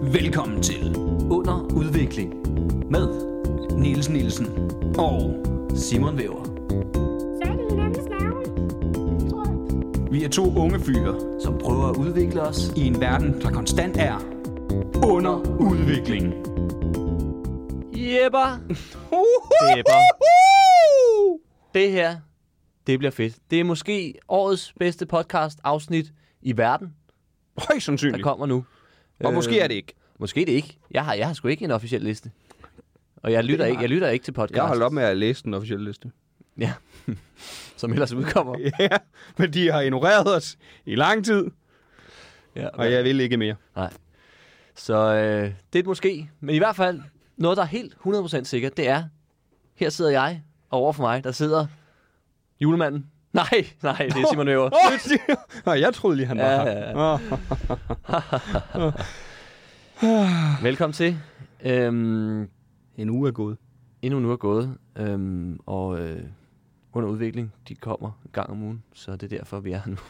Velkommen til Under Udvikling med Niels Nielsen og Simon Væver. Så er det hinandens navn, tror jeg. Vi er to unge fyre, som prøver at udvikle os i en verden, der konstant er under udvikling. Jepper. Det her, det bliver fedt. Det er måske årets bedste podcast afsnit i verden, Højst der sandsynligt. kommer nu. Og måske er det ikke. Måske det ikke. Jeg har sgu ikke en officiel liste. Og jeg lytter ikke til podcast. Jeg har holdt op med at læse den officielle liste. Ja, som ellers udkommer. Ja, men de har ignoreret os i lang tid, Ja, og jeg vil ikke mere. Nej. Så det er et måske. Men i hvert fald, noget der er helt 100% sikkert, det er, her sidder jeg, og over for mig, der sidder julemanden. Nej, det er Simon Væver. Jeg troede lige, han var Ja, her. Velkommen til. En uge er gået. Endnu en uge er gået, og under udvikling, de kommer en gang om ugen, så det er derfor, vi er her nu.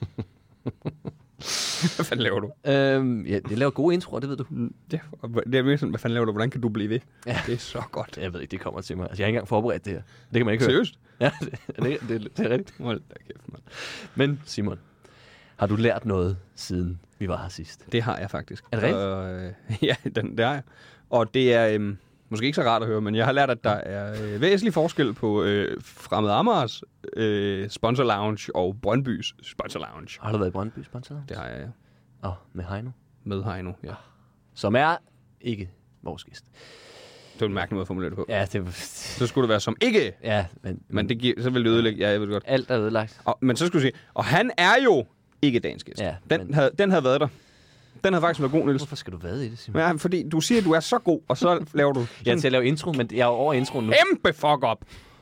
Hvad fanden laver du? Ja, jeg laver gode introer, det ved du. Det er mere sådan, hvad fanden laver du? Hvordan kan du blive ved? Ja. Det er så godt. Jeg ved ikke, det kommer til mig. Altså, jeg har ikke engang forberedt det her. Det kan man ikke høre. Seriøst? Ja, det er rigtigt. Hold da kæft, mand. Men Simon, har du lært noget, siden vi var her sidst? Det har jeg faktisk. Er det rigtigt? Ja, det har jeg. Og det er måske ikke så rart at høre, men jeg har lært, at der er væsentlig forskel på Fremad Amagers sponsor lounge og Brøndbys sponsor lounge. Har du været i Brøndby Sponsor? Det har jeg, ja. Med Heino. Med Heino, ja. Som er ikke vores gæst. Det er en mærkelig måde at formulere det på. Ja, det Så skulle det være som ikke, ja, men det giver, så vil det ødelægge. Ja, jeg ved det godt. alt er ødelagt. Men så skulle du sige, og han er jo ikke dagens gæst. Ja, Den havde været der. Den havde faktisk været god, Niels. Hvorfor skal du vade i det, Simon? Ja, fordi du siger, at du er så god, og så laver du Jeg er til at lave intro, men jeg er over introen nu. kæmpe fuck up.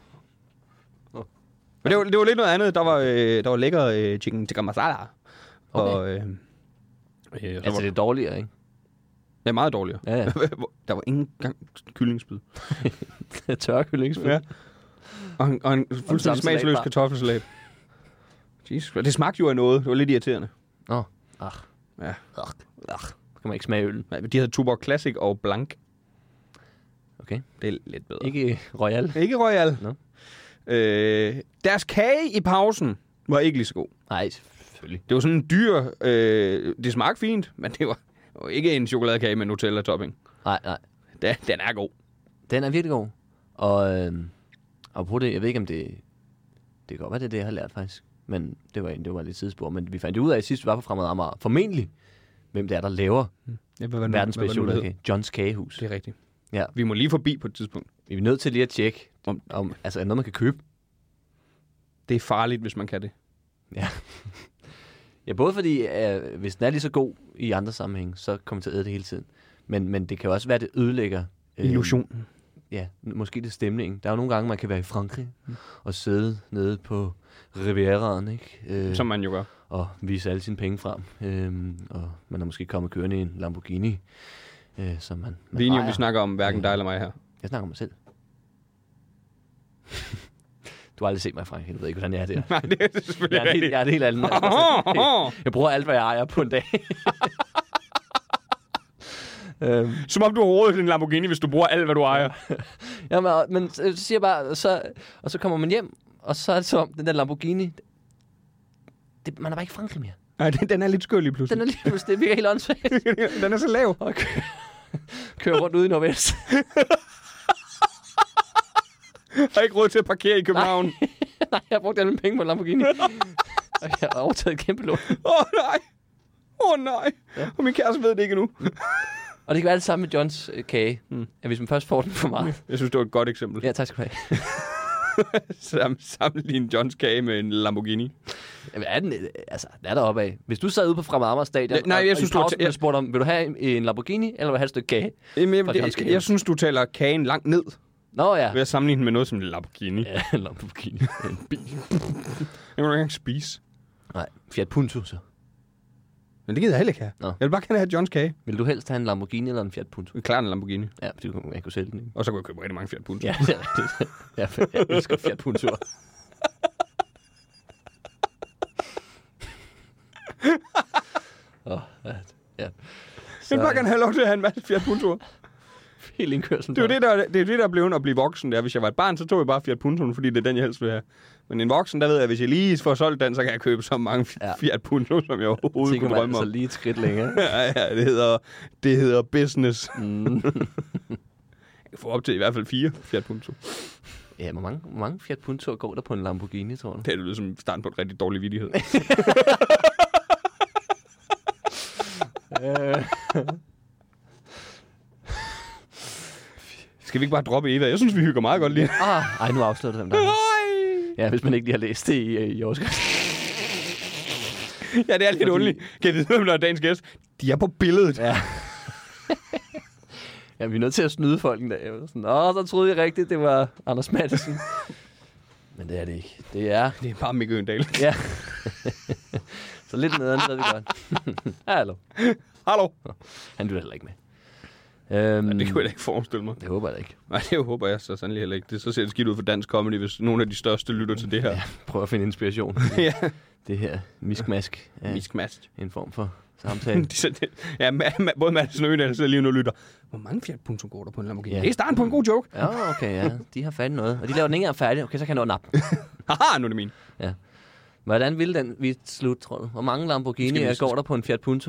Men det var lidt noget andet. Der var lækker chicken tikka masala. Okay. Og, Altså, det er dårligere, ikke? det er meget dårligere. Ja, ja. Der var ingen gang kyllingsbid. Det er tørkyllingsfød. Ja. Og en fuldstændig samme smagsløs salatbar. kartoffelsalat. Jesus. Det smagte jo af noget. Det var lidt irriterende. Nå, Ja. så kan man ikke smage øllen. Nej, de havde Tuborg Classic og Blanc. Okay. Det er lidt bedre. Ikke Royal. Ikke Royal. Nå. Deres kage i pausen var ikke lige så god. Nej, selvfølgelig. Det var sådan en dyr... det smagte fint, men det var ikke en chokoladekage med Nutella-topping. Nej. Den er god. Den er virkelig god. Og på det, jeg ved ikke, om det... Det kan godt være, det er det, jeg har lært, faktisk. Men det var lidt sidespor. Men vi fandt ud af, sidst vi var på Fremad Amager, formentlig, hvem det er, der laver verdens bedste chokoladekage. Johns Kagehus. Det er rigtigt. Ja. Vi må lige forbi på et tidspunkt. Vi er nødt til lige at tjekke, om altså, er noget, man kan købe. Det er farligt, hvis man kan det. Ja. Ja, både fordi, hvis den er lige så god i andre sammenhæng, så kommer til at æde det hele tiden. Men det kan også være, at det ødelægger... Illusionen. Ja, måske det er stemningen. Der er jo nogle gange, man kan være i Frankrig og sidde nede på Rivieraen, ikke? Som man jo gør. Og vise alle sine penge frem. Og man er måske kommet kørende i en Lamborghini, som man Vi er enige, ejer. vi snakker om hverken dig eller mig her. Jeg snakker om mig selv. Du har aldrig set mig i Frankrig, du ved ikke, hvordan jeg er der. Nej, det er selvfølgelig Jeg er en helt anden. Altså, jeg bruger alt, hvad jeg ejer på en dag. Som om du har råd til en Lamborghini, hvis du bruger alt, hvad du ejer. Jamen, men så siger jeg bare, og så kommer man hjem, og så er det som, den der Lamborghini, man er bare ikke i Frankrig mere. Nej, den er lidt skøl lige pludselig. Den er lige pludselig, det virker helt åndssvagt. Den er så lav. Og kører rundt ude i Nordvest. Har ikke råd til at parkere i København. Nej, jeg har brugt alle mine penge på en Lamborghini. Og jeg har overtaget et kæmpe lån. Nej. Ja. Og min kæreste ved det ikke endnu. Og det kan være det samme med Johns kage. At hvis man først får den for meget. Jeg synes, det var et godt eksempel. Ja, tak skal du have. Sammenligne Johns kage med en Lamborghini. Jamen, er den er der oppe af. Hvis du sad ude på Fremad Amager Stadion, jeg synes, og blev spurgt om, vil du have en Lamborghini, eller vil du have et stykke kage? Jeg synes, du taler kagen langt ned. Nå ja. Ved at sammenligne den med noget som en Lamborghini. Ja, en Lamborghini. En bil. Jeg vil ikke engang spise. Nej, Fiat Punto så. Men det gider jeg heller ikke have. Nå. Jeg vil bare gerne have Johns kage. Vil du helst have en Lamborghini eller en Fiat Punto? Klart en Lamborghini. Ja, fordi jeg kunne sælge den, ikke? Og så kunne jeg købe rigtig mange Fiat Punto. Ja, det er rigtigt. Jeg elsker Fiat Punto. Ja. Jeg vil bare gerne have lov til at have en masse Fiat Punto'er. Helt indkørsel. Det er jo det, der er blevet at blive voksen. Der. Hvis jeg var et barn, så tog jeg bare Fiat Punto'en, fordi det er den, jeg helst vil have. Men en voksen, der ved jeg, at hvis jeg lige får solgt den, så kan jeg købe så mange Fiat Punto, som jeg overhovedet kunne drømme om. Så lige et skridt længere. ja, det hedder business. Jeg kan få op til i hvert fald 4 Fiat Punto. Ja, hvor mange Fiat Punto'er går der på en Lamborghini, tror du? Det er jo som starten på et rigtig dårlig vittighed. Skal vi ikke bare droppe Eva? Jeg synes, vi hygger meget godt lige. Ej, nu afslører du dem der. Ja, hvis man ikke lige har læst det i overskriften. Ja, det er lidt underligt. Kan vi vide, om der er dagens gæst? De er på billedet. Ja. Ja, vi er nødt til at snyde folk en dag. Sådan, så troede jeg rigtigt, det var Anders Madsen. Men det er det ikke. Det er bare Mikke Øndal. Ja. Så lidt nederen, så er det godt. Hallo. Hallo. Han lytter heller ikke med. Ja, det kan jeg da ikke forestille mig. Det håber jeg da ikke. Nej, det håber jeg så sandelig heller ikke. Det så ser det skidt ud for dansk comedy, hvis nogle af de største lytter til det her. Ja, prøv at finde inspiration. Ja. Det her miskmask. Miskmask. En form for samtale. Ja, både Madsen og Øndal sidder lige nu og lytter. Hvor mange Fiat Punto går der på en Lamborghini? Ja. Det er starten på en god joke. Ja, okay, ja. De har fat i noget. Og de laver den ikke engang færdig. Okay, så kan jeg nå at nappe. Haha, nu er det min. Ja. Hvordan ville den vi slut, tror du? Hvor mange Lamborghini går der på en Fiat Punto?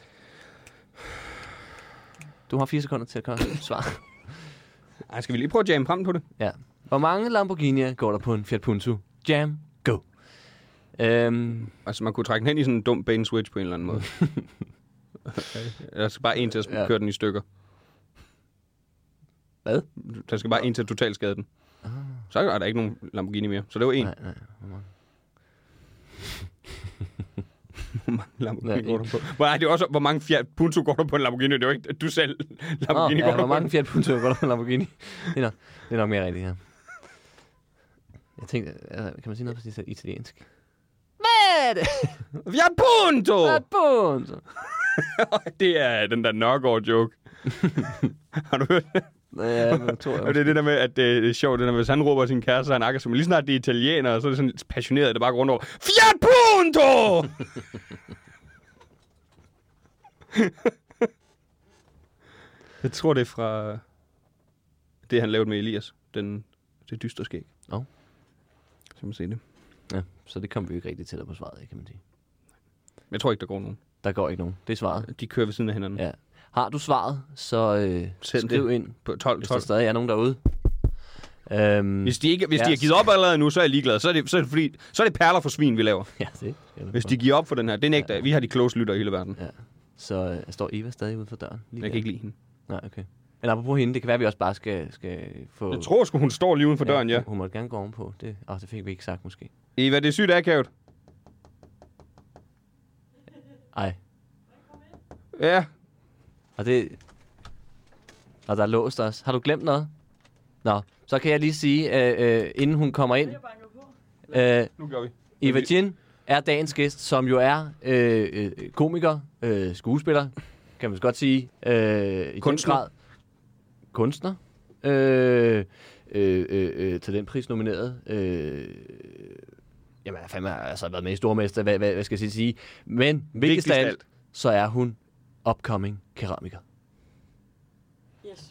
Du har 4 sekunder til at komme svar. Ej, skal vi lige prøve at jamme frem på det? Ja. Hvor mange Lamborghini går der på en Fiat Punto? Jam, go. Altså, man kunne trække den hen i sådan en dum bane switch på en eller anden måde. Der skal bare en til at køre den i stykker. Hvad? Der skal bare en til at totalt skade den. Så er der ikke nogen Lamborghini mere. Så det var en. Nej, hvor mange? Hvor mange Lamborghini går der på? Nej, det er også, hvor mange Fiat Punto går der på en Lamborghini. Det er jo ikke, du selv Lamborghini går der på. Hvor mange Fiat Punto går der på en Lamborghini? Det er nok mere rigtigt her. Jeg tænkte, kan man sige noget på italiensk? Hvad er det? Fiat Punto! Fiat Punto! Det er den der Nørgaard-joke. Har du hørt det? Ja, det tror jeg også. Det er det der med, at det er sjovt, det der, hvis han råber sin kæreste, så er han aggressiv. Men lige snart det er italiener, så er det sådan passioneret, det bare går rundt over. Fiat Punto! Jeg tror, det er fra det, han lavede med Elias. Det dystre skæg. Så man se det. Ja, så det kom vi jo ikke rigtig tættere på svaret, kan man sige. Jeg tror ikke, der går nogen. Der går ikke nogen. Det er svaret. De kører ved siden af hinanden. Ja. Har du svaret, så skriv ind på 12. Hvis der stadig er nogen derude. Hvis de har givet op allerede nu, så er jeg ligeglad. Så er det perler for svin, vi laver. Ja, det hvis de giver op for den her. Det nægter. Vi har de klogeste lytter i hele verden. Ja. Så står Eva stadig ude for døren? Jeg kan ikke lide hende. Nej, okay. Men apropos hende, det kan være, at vi også bare skal få... Jeg tror sgu, hun står lige uden for døren, ja. Hun måtte gerne gå ovenpå. Det fik vi ikke sagt, måske. Eva, det er sygt akavet. Ej. Ja. Og der er låst også. Har du glemt noget? Nå, så kan jeg lige sige, inden hun kommer ind... Nu gør vi. Eva Jin er dagens gæst, som jo er komiker, skuespiller, kan man godt sige. I Kunstner. Kunstner. Til den pris nomineret. Jamen, jeg fandme altså været med i Stormester, hvad skal jeg sige. Men vigtigst af alt, så er hun upcoming keramiker. Yes.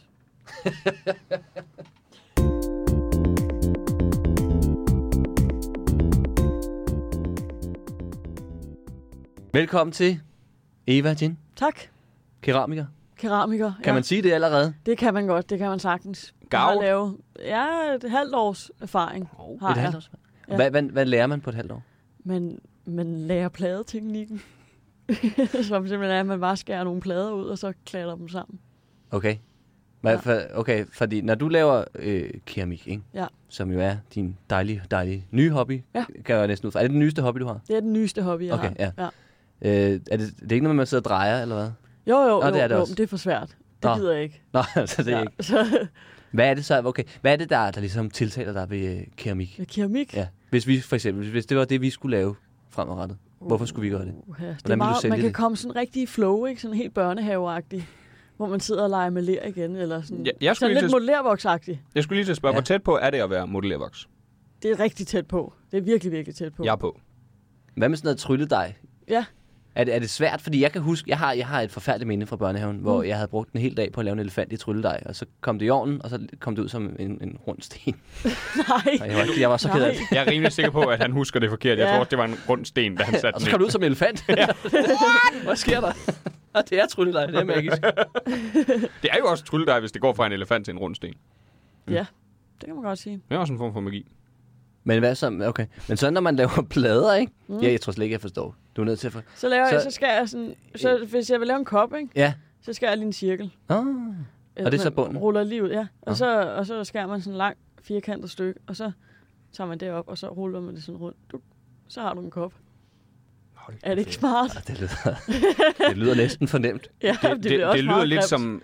Velkommen til Eva Jin, Tak. keramiker. Keramiker. Kan man sige det allerede? Det kan man godt, det kan man sagtens. Gav? Et halvt års erfaring har Et jeg. halvt års. Ja. Hvad lærer man på et halvt år? Man lærer pladeteknikken. Som simpelthen er, at man bare skærer nogle plader ud, og så klatter dem sammen. Okay. Okay, fordi når du laver keramik, ikke? Ja. Som jo er din dejlige nye hobby, kan jeg næsten ud fra. Er det den nyeste hobby, du har? Det er den nyeste hobby, jeg har. Ja. Er det ikke noget, man sidder og drejer, eller hvad? Jo, det er det også. men det er for svært. Det gider jeg ikke. Nå, så det er ikke. Hvad er det så? Okay. Hvad er det, der ligesom tiltaler dig ved keramik? Ved keramik? Ja. Hvis det var det, vi skulle lave fremadrettet. Hvorfor skulle vi gøre det? Det er meget, man kan komme sådan rigtig i flow, ikke? Sådan helt børnehaveagtig, hvor man sidder og leger med ler igen, eller sådan, sådan lidt modellervoksagtigt. Jeg skulle lige til at spørge, hvor tæt på er det at være modellervoks? Det er rigtig tæt på. Det er virkelig, virkelig tæt på. Jeg er på. Hvad med sådan noget trylledej? Ja. Er det svært? Fordi jeg kan huske, jeg har et forfærdeligt minde fra børnehaven, hvor jeg havde brugt en hel dag på at lave en elefant i trylledej, og så kom det i ovnen, og så kom det ud som en rund sten. Nej. Og jeg var så ked af det. Jeg er rimelig sikker på, at han husker det forkert. Jeg tror, det var en rund sten, da han satte Og så kom det ud som en elefant. Hvad sker der? Og det er trylledej, det er magisk. Det er jo også trylledej, hvis det går fra en elefant til en rund sten. Ja, det kan man godt sige. Det er også en form for magi. Men hvad så? Okay. Men så når man laver plader, ikke? Ja, jeg tror slet ikke, jeg forstår. Du er nødt til at så skal jeg sådan... Så hvis jeg vil lave en kop, ikke? Ja. Så skal jeg lige en cirkel. Og det er så bunden? Ruller lige ud, ja. Og så skærer man sådan en lang firkantet stykke, og så tager man det op, og så ruller man det sådan rundt. Så har du en kop. Er det ikke smart? Det lyder næsten fornemt. Ja, det lyder lidt som...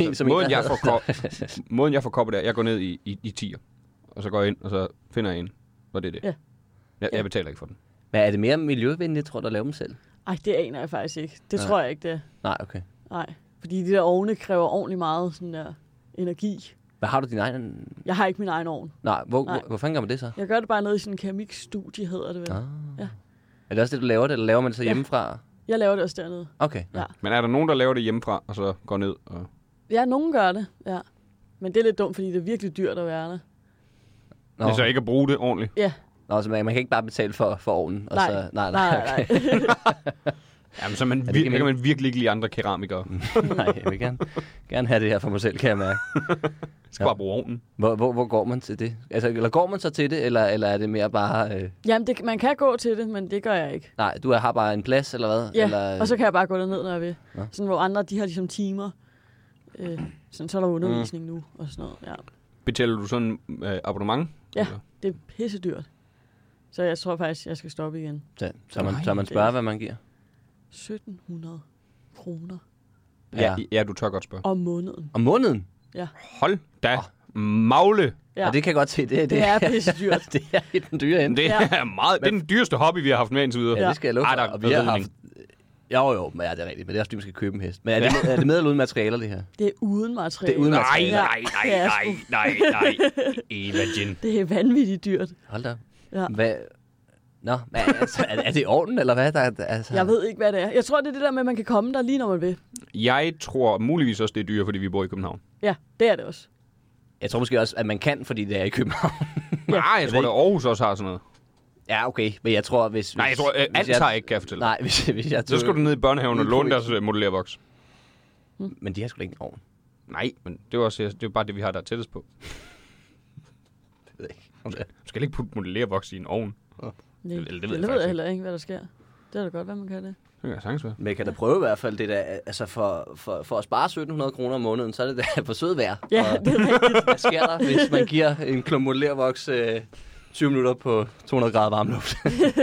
Måden jeg får kopper der, jeg går ned i tier, og så går jeg ind, og så finder jeg en. Hvor det er det. Ja. Jeg betaler ikke for den. Men er det mere miljøvenligt, tror du, at lave dem selv? Ej, det aner jeg faktisk ikke. Det tror jeg ikke, det er. Nej, okay. Nej, fordi de der ovne kræver ordentligt meget sådan der energi. Hvad har du din egen... Jeg har ikke min egen ovn. Nej, hvor fanden gør man det så? Jeg gør det bare nede i sådan en keramikstudie, hedder det vel. Ja. Er det også det, du laver det, eller laver man det så hjemmefra? Jeg laver det også dernede. Okay. Ja. Men er der nogen, der laver det hjemmefra, og så går ned? Og... Ja, nogen gør det, ja. Men det er lidt dumt, fordi det er virkelig dyrt at være der. Det er så ikke at bruge det ordentligt? Ja. Nå, så man kan ikke bare betale for ovnen? Og nej. Så, nej. Okay. Jamen, så kan man virkelig ikke lide andre keramikere. Nej, jeg vil gerne have det her for mig selv, kan jeg mærke. Skal bare bruge ovnen. Hvor går man til det? Altså, eller går man så til det, eller er det mere bare... Jamen, man kan gå til det, men det gør jeg ikke. Nej, du har bare en plads, eller hvad? Ja, eller... og så kan jeg bare gå derned, når jeg vil. Ja. Sådan, hvor andre, de har ligesom timer. Sådan, så er der undervisning nu, og sådan noget, ja. Betaler du sådan abonnement? Ja, eller? Det er pissedyrt. Så jeg tror faktisk, jeg skal stoppe igen. Så man spørger, hvad man giver? 1.700 kroner. Ja, du tør godt spørge. Om måneden. Om måneden? Ja. Hold da magle. Ja. Og det kan jeg godt se. Det er pissedyrt. Det er i den dyre ende. Det er meget. Det er den dyreste hobby, vi har haft med indtil videre. Ja, det skal jeg love for. Og vi har haft... Jo, men det er rigtigt. Men det er også fordi, man skal købe en hest. Men er det med eller uden materialer, det her? Det er uden materialer. Det er uden materialer. Nej. Imagine. Det er vanvittigt dyrt. Hold da. Ja. Hvad... Nå, altså, er det i orden, eller hvad? Altså... Jeg ved ikke, hvad det er. Jeg tror, det er det der med, at man kan komme der lige, når man vil. Jeg tror muligvis også, det er dyrt, fordi vi bor i København. Ja, det er det også. Jeg tror måske også, at man kan, fordi det er i København. Nej, jeg tror, at Aarhus også har sådan noget. Ja, okay. Men jeg tror, hvis... Nej, jeg tror, alt har ikke, kan jeg fortælle. Nej, hvis jeg... Så skal du ned i børnehaven og låne deres modellervoks. Men de har sgu da ikke en ovn. Nej, men det er jo bare det, vi har der tættest på. Det ved jeg ikke. Du skal ikke putte modellervoks i en ovn. Nej, det ved jeg heller ikke, hvad der sker. Det er da godt, hvad man kan det. Det kan jeg sagtens være. Men jeg kan da prøve i hvert fald det der, altså for at spare 1.700 kroner om måneden, så er det da for sød værd. Ja, det er rigtigt. Hvad sker der, hvis man giver en klump modellervoks 20 minutter på 200 grader varmluft?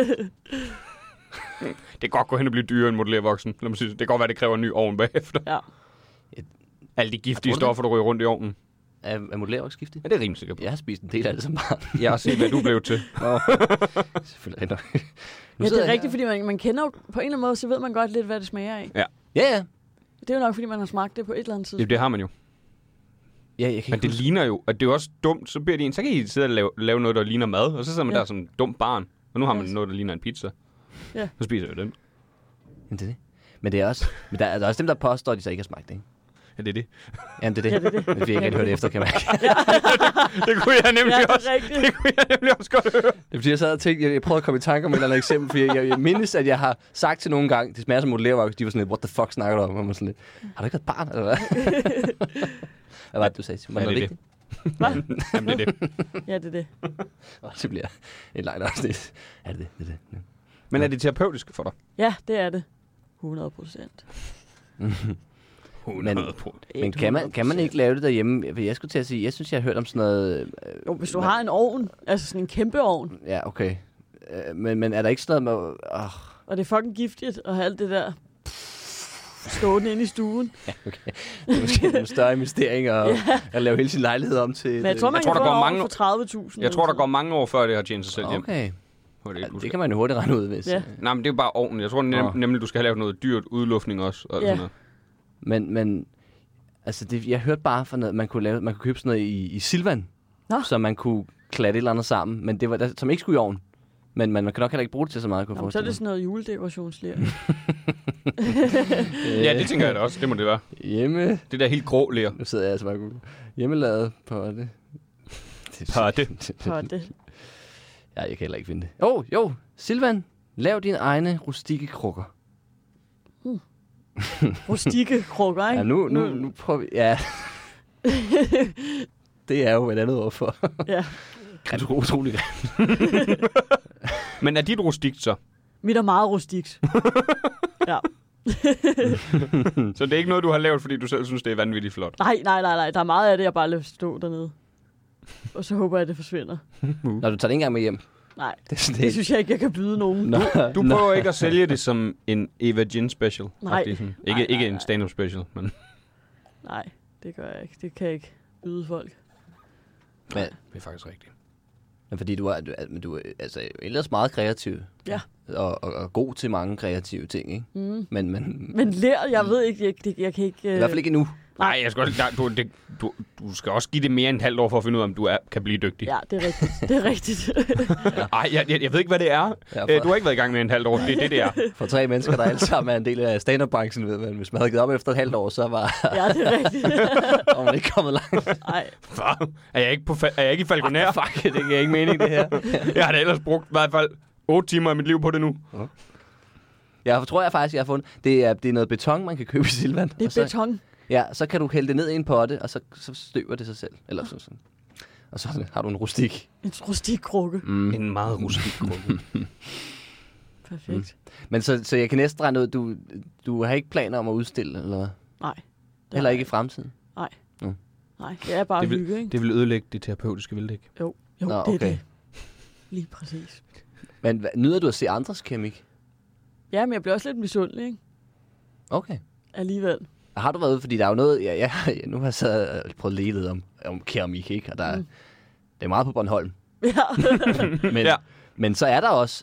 Det kan godt gå hen og blive dyrere end modellervoksen. Lad mig sige, det kan godt være, det kræver en ny ovn bagefter. Ja. Alle de giftige stoffer, der ryger rundt i ovnen. Er modellervoks giftigt? Ja, det er rimelig sikkert på. Jeg har spist en del af det som barn. Jeg har set, hvad du blev til. Selvfølgelig nok. Ja, det er rigtigt, fordi man kender jo på en eller anden måde, så ved man godt lidt, hvad det smager af. Ja. Ja. Det er jo nok, fordi man har smagt det på et eller andet tidspunkt. Ja, det har man jo. Ja, jeg kan men det ligner jo, at det er også dumt, så kan I sidde og lave noget, der ligner mad, og så sidder man der som en dum barn. Og nu har man noget, der ligner en pizza. Ja. Så spiser jeg jo den. Men det er det. Men det er også, men der er også dem, der påstår, at de så ikke har smagt det, ikke? Ja, det er det. Jamen, det er det. Men vi ikke rigtig hørt efter, kan man ikke. det kunne jeg nemlig også. Det kunne jeg nemlig også godt høre. Det er fordi, jeg sad og tænkte, jeg prøvede at komme i tanke om et eller andet eksempel, fordi jeg mindes, at jeg har sagt til nogle gange, det smager som modellervoks, de var sådan lidt, what the fuck snakker du om? Og man sådan lidt, har du ikke været barn, eller hvad? Hvad var det, du sagde? Var det vigtigt? Hvad? Jamen, det er det. Ja, det er det. Det bliver et langt afsnit. Er det det? Ja. Men er det terapeutisk for dig? Ja, det er det. 100%. Men kan man ikke lave det derhjemme? Jeg skulle til at sige, jeg synes, jeg har hørt om sådan noget... Jo, hvis du har en ovn, altså sådan en kæmpe ovn. Ja, okay. Men er der ikke sådan noget med... Og det er fucking giftigt at have alt det der stående inde i stuen. Ja, okay. Det er måske en større investering at lave hele sin lejlighed om til... Men jeg tror, man kan få mange for 30.000. Jeg tror, der går mange år før det har tjent sig selv hjem. Okay. Det kan man jo hurtigt regne ud, hvis... Ja. Nej, men det er jo bare ovnen. Jeg tror nemlig, du skal have lavet noget dyrt udluftning også. Og sådan noget. Men altså jeg hørte bare for noget, man kunne købe sådan noget i Silvan, så man kunne klatte et eller andet sammen, men det var som ikke skulle i ovnen. Men man kan nok heller ikke bruge det til så meget, kunne jeg Nå, så er forestille det sådan noget juledekorationsler. Ja, det tænker jeg da også. Det må det være. Hjemme... Det der helt grå ler. Nu sidder jeg altså bare og googler. Hjemmelavet potte. Potte. Ja, jeg kan heller ikke finde det. Jo, Silvan, lav dine egne rustikke krukker. Rustikke krukker, ikke? Ja, nu prøver vi... Ja. Det er jo et andet ord for. Ja. Det er utroligt grimt. Men er dit rustikt så? Mit er meget rustikt. Ja. Så det er ikke noget, du har lavet, fordi du selv synes, det er vanvittigt flot? Nej. Der er meget af det, jeg bare lader stå dernede. Og så håber jeg, at det forsvinder. Når du tager det ikke engang med hjem. Nej, Det det synes jeg ikke, jeg kan byde nogen. Du prøver ikke at sælge det som en Eva Jin special? Nej. Ikke en stand-up special, men... Nej, det gør jeg ikke. Det kan jeg ikke byde folk. Men, Det er faktisk rigtigt. men fordi du er altså ellers meget kreativ. Ja. Og god til mange kreative ting, ikke? Mm. Men Men lær, jeg ved ikke, jeg kan ikke... i hvert fald ikke endnu. Nej, jeg skal også, du skal også give det mere end et halvt år for at finde ud af, om du kan blive dygtig. Ja, det er rigtigt. Det er rigtigt. Ej, jeg ved ikke, hvad det er. Ja, Du har ikke været i gang med en halvt år. Det er det er. For 3 mennesker, der alle sammen er en del af stand-up-branchen, ved man. Hvis man havde givet op efter et halvt år, så var Ja, det er rigtigt. og man ikke kommet langt. Nej. Er jeg ikke i Falconer? Fuck, det giver ikke mening, det her. Jeg har da ellers brugt i hvert fald 8 timer af mit liv på det nu. Jeg tror jeg faktisk, jeg har fundet. Det er noget beton, man kan købe i Silvan. Det er og så, beton. Ja, så kan du hælde det ned i en potte, og så støver det sig selv. Eller sådan. Og så har du en rustik. En rustik krukke. Mm. En meget rustik krukke. Perfekt. Men så jeg kan næsten regne ud, du har ikke planer om at udstille, eller hvad? Nej. Heller ikke i fremtiden? Nej, det er bare hygge, ikke? Det vil ødelægge det terapeutiske vildæk. Jo, Nå, det er okay. det. Lige præcis. Men nyder du at se andres keramik? Ja, men jeg bliver også lidt misundelig, ikke? Okay. Alligevel. Har du været ude? Fordi der er jo noget... Nu har jeg så prøvet at lede om keramik, ikke? Og der det er meget på Bornholm. Ja. Men så er der også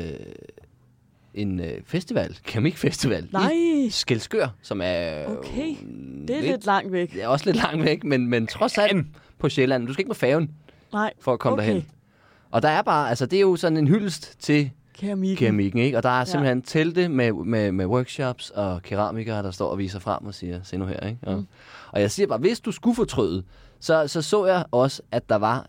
en festival, keramikfestival i Skelskør, som er... Okay, det er lidt langt væk. Det er også lidt langt væk, men trods alt på Sjælland. Du skal ikke med færgen for at komme derhen. Og der er bare... Altså, det er jo sådan en hyldest til keramikken, ikke? Og der er simpelthen telte med workshops og keramikere, der står og viser frem og siger, se nu her, ikke? Og jeg siger bare, hvis du skulle fortryde, så jeg også, at der var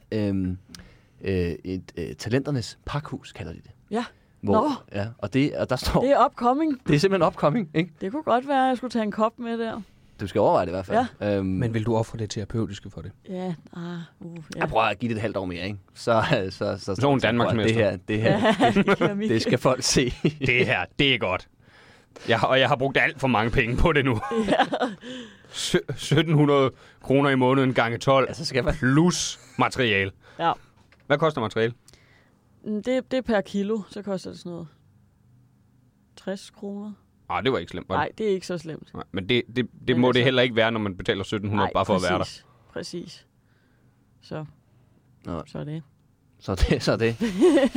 et talenternes pakhus, kalder de det. Ja. Ja, og der står... Det er upcoming. Det er simpelthen upcoming, ikke? Det kunne godt være, at jeg skulle tage en kop med der. Du skal overveje det i hvert fald. Ja. Men vil du ofre det terapeutiske for det? Ja, ja. Jeg prøver at give det et halvt år mere, ikke? Så en Danmarksmester. Det her, det skal folk se. Det her, det er godt. Og jeg har brugt alt for mange penge på det nu. Ja. 1700 kroner i måneden gange 12 Altså skal man... plus materiale. Ja. Hvad koster materiale? Det er per kilo, så koster det sådan noget 60 kroner. Nej, det var ikke slemt. Nej, det er ikke så slemt. Nej, men det må det heller ikke være, når man betaler 1700 bare for at være der. Præcis. Så er det. Så er det.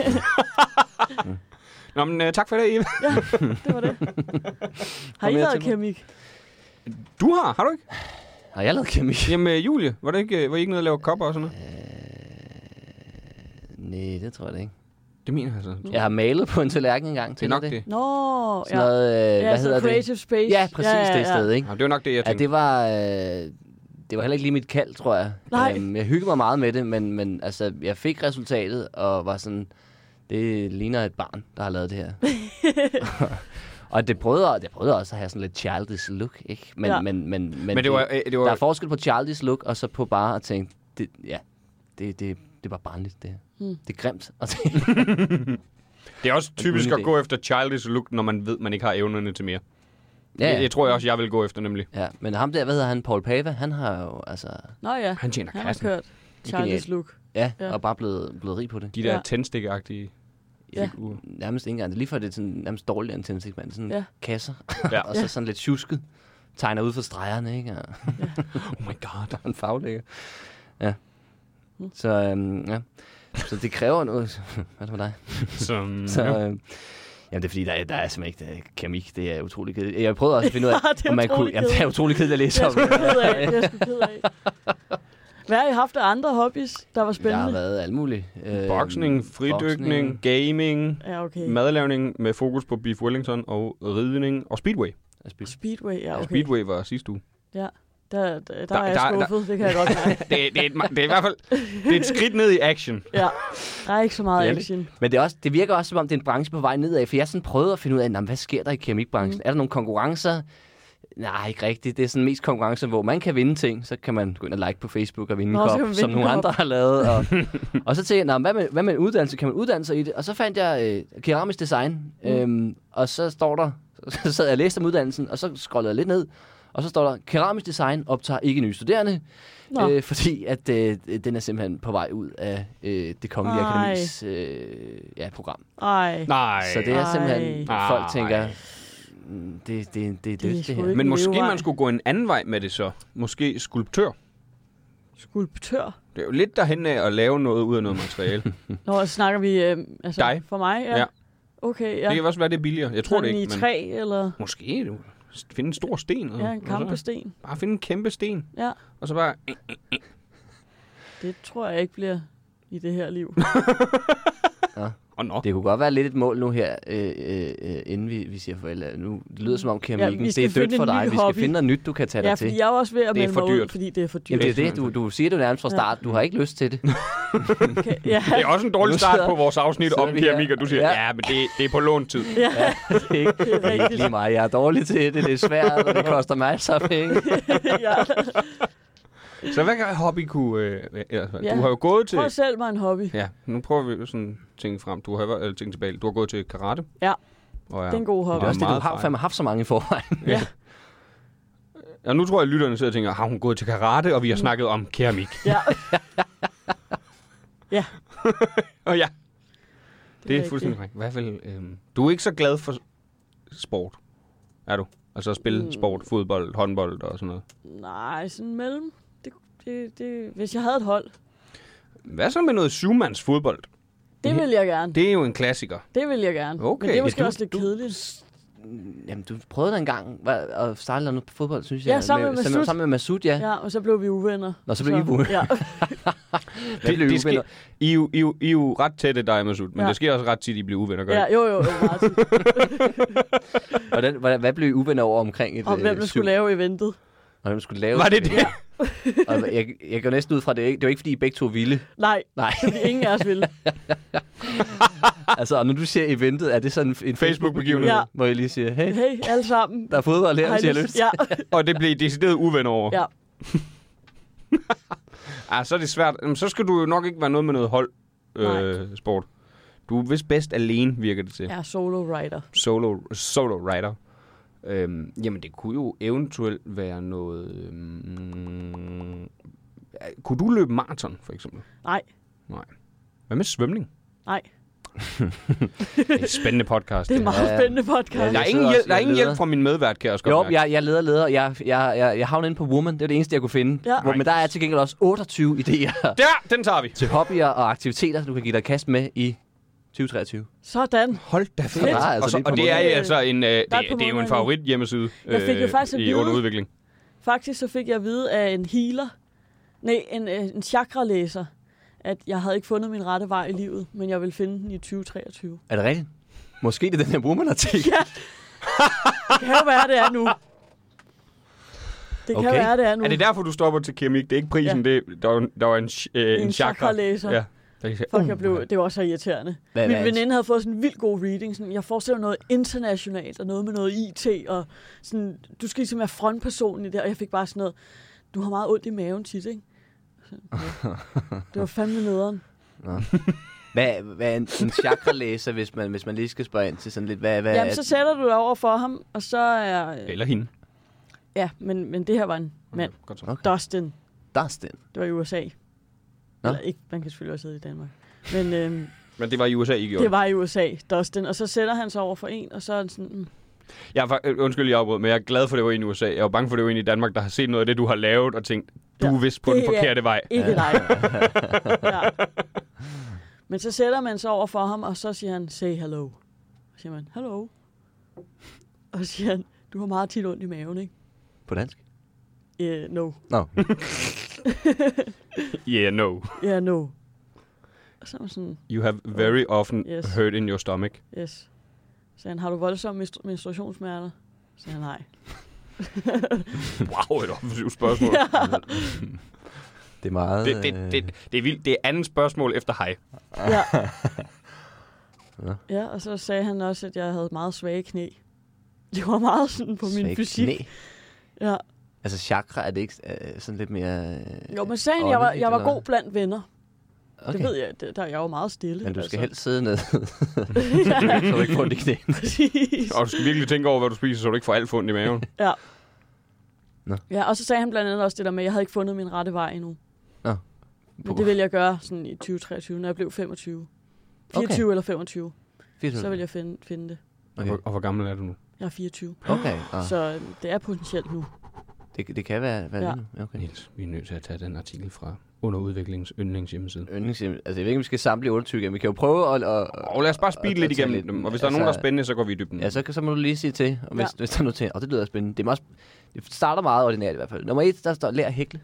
Nå, men tak for det, Eva. Ja, det var det. Har I lavet keramik? Du har du ikke? Har jeg lavet keramik? Jamen, Julie, var I ikke nede at lave kopper og sådan noget? Nej, det tror jeg det ikke. Det mener jeg så. Jeg har malet på en tallerken engang. Det er nok det. Nå, sådan noget, hvad hedder det? Creative Space. Ja, præcis det sted, ikke? Ja, det var nok det, jeg tænkte. Det var heller ikke lige mit kald, tror jeg. Nej. Jeg hyggede mig meget med det, men altså, jeg fik resultatet, og var sådan, det ligner et barn, der har lavet det her. Og det prøvede også at have sådan lidt childish look, ikke? Men det var... Der er forskel på childish look, og så på bare at tænke, det var barnligt, det her. Det er grimt. Det er også typisk at gå efter childish look, når man ved, man ikke har evnerne til mere. Ja. Jeg tror også, jeg vil gå efter, nemlig. Ja, men ham der, hvad hedder han? Paul Pava, han har jo altså... Nå ja, han tjener kassen. Han har kørt childish look. Ja, og bare blevet rig på det. De der tændstik-agtige figurer. Nærmest ikke engang. Lige for det er sådan nærmest dårligere end tændstik, sådan kasser. Og så sådan lidt tjusket. Tegner ud for stregerne, ikke? Og oh my god. Der er en faglægger. Ja. Så, ja. Så det kræver noget. Hvad er det med dig? Jamen, det er fordi, der er simpelthen ikke keramik. Det er utrolig kedeligt. Jeg prøvede også at finde ud af, om man kunne... Jamen, det er utrolig kedeligt at læse om. Jeg er sgu ked af. Hvad har I haft af andre hobbies, der var Der spændende? har været alt muligt. Boksning, fridykning, gaming, Ja, okay. madlavning med fokus på beef wellington og ridning og speedway. Speedway, ja, okay. Speedway var sidste uge. Der er jeg skuffet, det kan jeg godt mærke. Det er i hvert fald det er et skridt ned i action. Ja, der er ikke så meget Det er det. action. Men det virker også, som om det er en branche på vej nedad, for jeg sådan prøvede at finde ud af, hvad sker der i keramikbranchen? Er der nogle konkurrencer? Nej, ikke rigtigt. Det er sådan mest konkurrencer, hvor man kan vinde ting. Så kan man gå ind og like på Facebook og vinde en kop, som nogle andre har lavet. Og så tænkte jeg, hvad med uddannelse? Kan man uddanne sig i det? Og så fandt jeg keramisk design. Og så står der, så sad jeg og læste om uddannelsen, og så scrollede jeg lidt ned. Og så står der, keramisk design optager ikke nye studerende, fordi at den er simpelthen på vej ud af det kongelige akademis program. Nej. Så det er simpelthen, folk tænker, det her. Men måske man skulle gå en anden vej med det så. Måske skulptør. Skulptør? Det er jo lidt derhen af at lave noget ud af noget materiale. Nå, snakker vi dig. For mig? Ja. Okay, ja. Det kan også være, det er billigere. Jeg tror det ikke. I træ, eller? Måske du finde en stor sten. Ja, en kampesten. Bare finde en kæmpe sten. Ja. Og så bare... Det tror jeg ikke bliver i det her liv. Ja. Det kunne godt være lidt et mål nu her, inden vi siger farvel. Nu det lyder som om keramikken, det er dødt for dig. Vi skal finde noget nyt, du kan tage dig til. Ja, fordi jeg er også ved at melde mig ud, fordi det er for dyrt. Jamen, det er det, du siger det nærmest fra start. Du har ikke lyst til det. Okay, ja. Det er også en dårlig start på vores afsnit om keramik, og du siger, men det er på låntid. Ja, det er ikke lige mig. Jeg er dårlig til det. Det er svært, og det koster masser af penge. Ja. Så hvad kan hobby kunne... Du har jo gået til... Prøv selv mig en hobby. Ja, nu prøver vi sådan tænke frem. Du har tænkt tilbage. Du har gået til karate. Ja, og det er en god hobby. Det er også det, du har fandme haft så mange i forvejen. Ja. Og nu tror jeg, at lytterne sidder og tænker, har hun gået til karate, og vi har snakket om keramik. Ja. Ja. Og ja. Det er fuldstændig rigtigt. I hvert fald, du er ikke så glad for sport, er du? Altså at spille sport, fodbold, håndbold og sådan noget? Nej, sådan mellem. Hvis jeg havde et hold. Hvad så med noget syvmands fodbold? Det vil jeg gerne. Det er jo en klassiker. Det vil jeg gerne. Okay. Men det er måske også lidt kedeligt. Jamen, du prøvede da engang at starte noget på fodbold, synes jeg. Ja, sammen med Masud, ja. Ja, og så blev vi uvenner. Nå, så blev I uvenner. Ja. I er jo ret tætte, dig og Masud, men det sker også ret tit, I bliver uvenner, gør Ja, jo, meget tit. Hvad blev I uvenner over omkring et om hvem der skulle lave eventet. Og hvem skulle lave Var det det? Ja. Og jeg går næsten ud fra, det var ikke, fordi I begge to ville. Nej, fordi ingen af os ville. Altså, og når du siger eventet, er det sådan en Facebook-begivenhed, hvor I lige siger, hey, alle sammen. Der er fodbold her, hvis I har lyst. Ja. Og det blev decideret uvenner over. Ja. Så er det svært. Så skal du jo nok ikke være noget med noget hold sport. Du er vist bedst alene, virker det til. Ja, solo rider. Solo rider. Jamen, det kunne jo eventuelt være noget... kunne du løbe maraton, for eksempel? Nej. Hvad med svømning? Nej. Det er en spændende podcast. Det er en meget spændende podcast. Der er ingen hjælp fra min medvært, kan jeg også godt mærke. Jeg leder. Jeg havnede inde på Woman. Det er det eneste, jeg kunne finde. Ja. Men der er til gengæld også 28 idéer. Den tager vi. Til hobbyer og aktiviteter, du kan give dig kast med i 2023. Sådan. Hold da fedt. Og det er altså det er jo en favorit hjemmeside under udvikling. Faktisk så fik jeg at vide af en healer, en chakra-læser, at jeg havde ikke fundet min rette vej i livet, men jeg vil finde den i 2023. Er det rigtigt? Måske det er den her Woman-artikel. Ja. Det kan jo være, det er nu. Det kan være, det er nu. Er det derfor, du stopper til keramik? Det er ikke prisen, der var en chakra-læser. Ja. Det var så irriterende. Min veninde havde fået sådan en vildt god reading. Sådan, jeg forestiller noget internationalt, og noget med noget IT, og sådan, du skal ligesom være frontpersonen i det, og jeg fik bare sådan noget, du har meget ondt i maven tit, ikke? Det var fandme nederen. Hvad er en chakra-læser, hvis man lige skal spørge ind til sådan lidt? Jamen, så sætter du dig over for ham, og så er... Eller hende. Ja, men det her var en mand. Okay. Dustin. Dustin? Det var i USA. Eller ikke, man kan selvfølgelig også sidde i Danmark. Men det var i USA, I gjorde? Det var i USA, Dustin. Og så sætter han sig over for en, og så er han sådan... Undskyld, jeg afbrød, men jeg er glad for, det var en i USA. Jeg var bange for, det var en i Danmark, der har set noget af det, du har lavet, og tænkt, du er vist på den forkerte vej. Ikke dig. Ja. Men så sætter man sig over for ham, og så siger han, say hello. Så siger man, hello. Og så siger han, du har meget tit ondt i maven, ikke? På dansk? No. No. Yeah, no. Yeah, no. Og så var sådan, You have very often hurt in your stomach. yes. Så sagde han, har du voldsomme menstruationssmerter? Så sagde han, nej. Wow, et offensivt spørgsmål. Det er meget... Det er vildt. Det er andet spørgsmål efter hej. Ja. Ja, og så sagde han også, at jeg havde meget svage knæ. Det var meget sådan på min fysik. Knæ? Ja. Altså chakra, er det ikke sådan lidt mere... Jo, men sagde han, jeg var god blandt venner. Okay. Det ved jeg, der er jeg jo meget stille. Men du skal helst sidde ned, så du ikke får ondt i knæene. Præcis. Og du skal virkelig tænke over, hvad du spiser, så du ikke får alt for ondt i maven. Ja. Nå. Ja, og så sagde han blandt andet også det der med, at jeg havde ikke fundet min rette vej endnu. Nå. Men det vil jeg gøre sådan i 2023, når jeg blev 25. 24 eller 25. 24. Så vil jeg finde det. Okay. Og hvor gammel er du nu? Jeg er 24. Okay. Så det er potentielt nu. Det kan være ja. nu. Okay. Niels, vi er nødt til at tage den artikel fra Underudviklings yndlingshjemmeside. Altså, jeg ved ikke, om vi skal samle 28, men vi kan jo prøve at... Og lad os bare speede lidt igennem dem. Og hvis der er nogen, der er spændende, så går vi i dybden. Ja, så må du lige sige til, og hvis der er noget til. Og det lyder spændende. Det starter meget ordinært i hvert fald. Nummer 1, der står lær at hækle.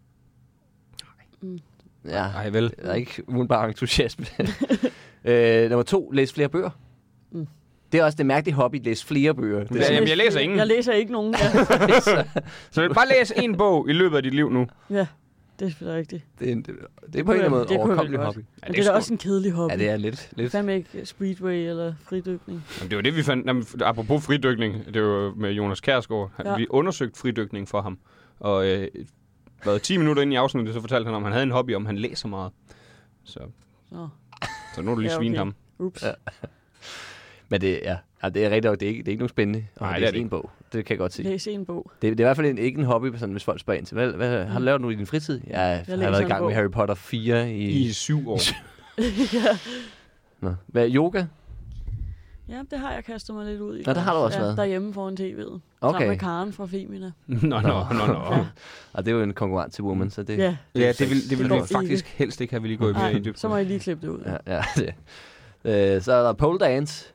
Ja, ej, vel. Der er ikke umiddelbart entusiasme. Nummer 2, læs flere bøger. Det er også det mærkelige hobby, læse flere bøger. Jamen, jeg læser ingen. Jeg læser ikke nogen. Ja. Så bare læs en bog i løbet af dit liv nu. Ja, det er rigtigt. Det er på en eller anden måde overkommelig hobby. Ja, det er da også en kedelig hobby. Ja, det er lidt. Det er ikke speedway eller fridykning. Jamen, det var det, vi fandt. Apropos fridykning, det var med Jonas Kjærsgaard. Ja. Vi undersøgte fridykning for ham. Og 10 minutter inde i afsnittet, så fortalte han om, han havde en hobby, om han læser meget. Så nu er du lige svinet ham. Ups. Ja. Men det er rigtig nok, det er ikke nogen spændende at læse en bog. Det kan jeg godt se. Læse en bog. Det er i hvert fald ikke en hobby, sådan, hvis folk spørger ind til. Hvad har du lavet nu i din fritid? Jeg har været i gang med Harry Potter 4 i 7 år. Ja. Nå. Hvad, yoga? Ja, det har jeg kastet mig lidt ud i. Nå, der har du også været. Derhjemme foran tv'et. Okay. Sammen med Karen fra Femina. Nå. Ja. Og det er jo en konkurrent til Woman, så det... Ja, det vil vi faktisk helst ikke have, vi lige gå mere i dybden. Så må jeg lige klippe det ud. Ja, det. Så er der pole dance.